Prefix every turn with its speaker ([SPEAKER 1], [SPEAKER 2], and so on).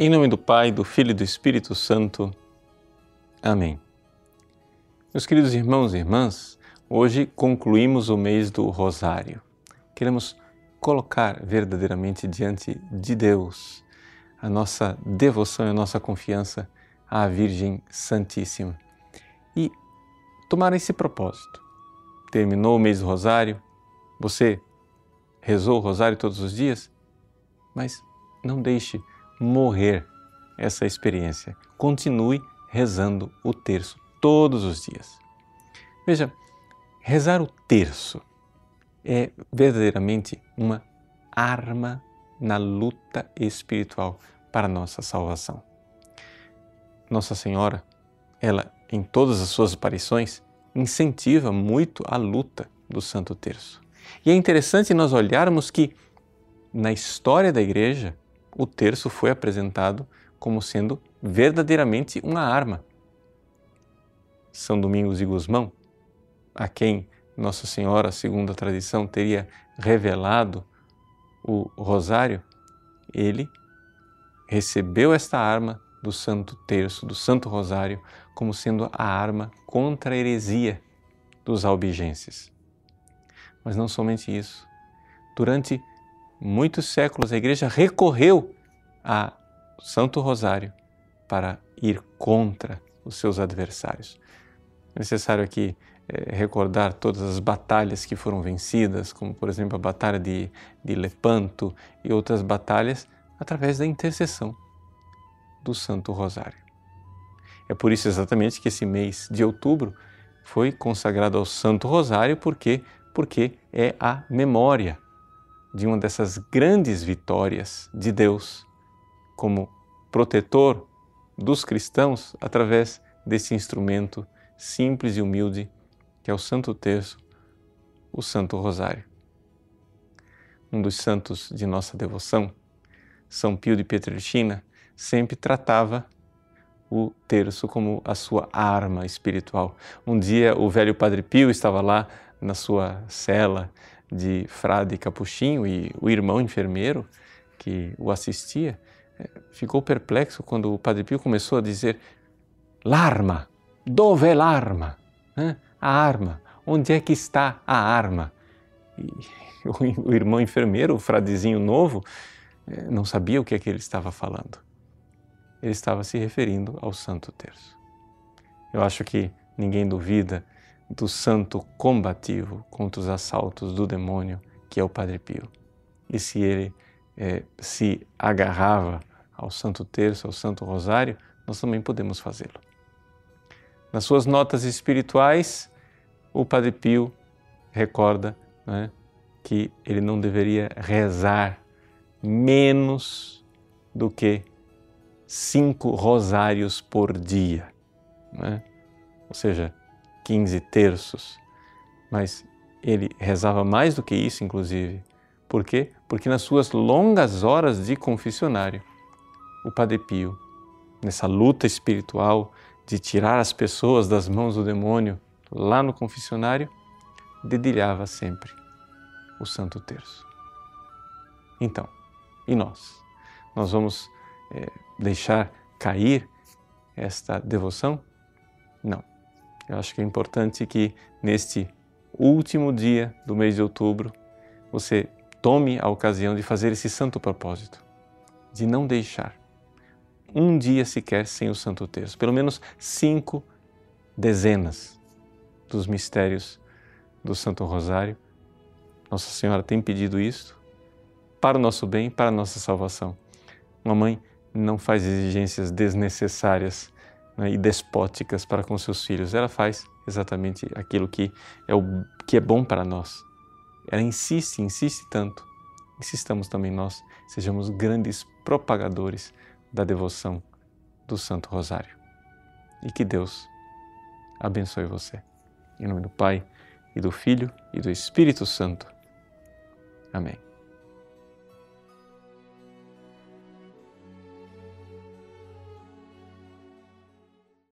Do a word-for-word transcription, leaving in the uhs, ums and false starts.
[SPEAKER 1] Em nome do Pai, do Filho e do Espírito Santo. Amém. Meus queridos irmãos e irmãs, hoje concluímos o mês do Rosário. Queremos colocar verdadeiramente diante de Deus a nossa devoção e a nossa confiança à Virgem Santíssima. E tomar esse propósito. Terminou o mês do Rosário, você rezou o Rosário todos os dias, mas não deixe morrer essa experiência. Continue rezando o terço todos os dias. Veja, rezar o terço é verdadeiramente uma arma na luta espiritual para a nossa salvação. Nossa Senhora, ela em todas as suas aparições, incentiva muito a luta do Santo Terço. E é interessante nós olharmos que na história da Igreja, o terço foi apresentado como sendo verdadeiramente uma arma. São Domingos de Gusmão, a quem Nossa Senhora, segundo a tradição, teria revelado o rosário, ele recebeu esta arma do Santo Terço, do Santo Rosário, como sendo a arma contra a heresia dos albigenses. Mas não somente isso. Durante muitos séculos, a Igreja recorreu ao Santo Rosário para ir contra os seus adversários. É necessário aqui é, recordar todas as batalhas que foram vencidas, como, por exemplo, a Batalha de, de Lepanto e outras batalhas, através da intercessão do Santo Rosário. É por isso exatamente que esse mês de outubro foi consagrado ao Santo Rosário, porque, porque é a memória de uma dessas grandes vitórias de Deus como protetor dos cristãos através desse instrumento simples e humilde que é o Santo Terço, o Santo Rosário. Um dos santos de nossa devoção, São Pio de Pietrelcina, sempre tratava o terço como a sua arma espiritual. Um dia o velho Padre Pio estava lá na sua cela de frade capuchinho e o irmão enfermeiro que o assistia ficou perplexo quando o Padre Pio começou a dizer: "L'arma, dove è l'arma?" A arma, onde é que está a arma? E o irmão enfermeiro, o fradezinho novo, não sabia o que é que ele estava falando. Ele estava se referindo ao Santo Terço. Eu acho que ninguém duvida do santo combativo contra os assaltos do demônio, que é o Padre Pio. E se ele eh, se agarrava ao Santo Terço, ao Santo Rosário, nós também podemos fazê-lo. Nas suas notas espirituais, o Padre Pio recorda, né, que ele não deveria rezar menos do que cinco rosários por dia, né? Ou seja, quinze terços. Mas ele rezava mais do que isso, inclusive. Por quê? Porque nas suas longas horas de confessionário, o Padre Pio, nessa luta espiritual de tirar as pessoas das mãos do demônio, lá no confessionário, dedilhava sempre o Santo Terço. Então, e nós? Nós vamos é, deixar cair esta devoção? Não. Eu acho que é importante que neste último dia do mês de outubro você tome a ocasião de fazer esse santo propósito, de não deixar um dia sequer sem o Santo Terço, pelo menos cinco dezenas dos mistérios do Santo Rosário. Nossa Senhora tem pedido isto para o nosso bem, para a nossa salvação. Uma mãe não faz exigências desnecessárias, né, e despóticas para com seus filhos. Ela faz exatamente aquilo que é, o, que é bom para nós. Ela insiste, insiste tanto. Insistamos também nós, sejamos grandes propagadores da devoção do Santo Rosário. E que Deus abençoe você. Em nome do Pai, e do Filho, e do Espírito Santo. Amém.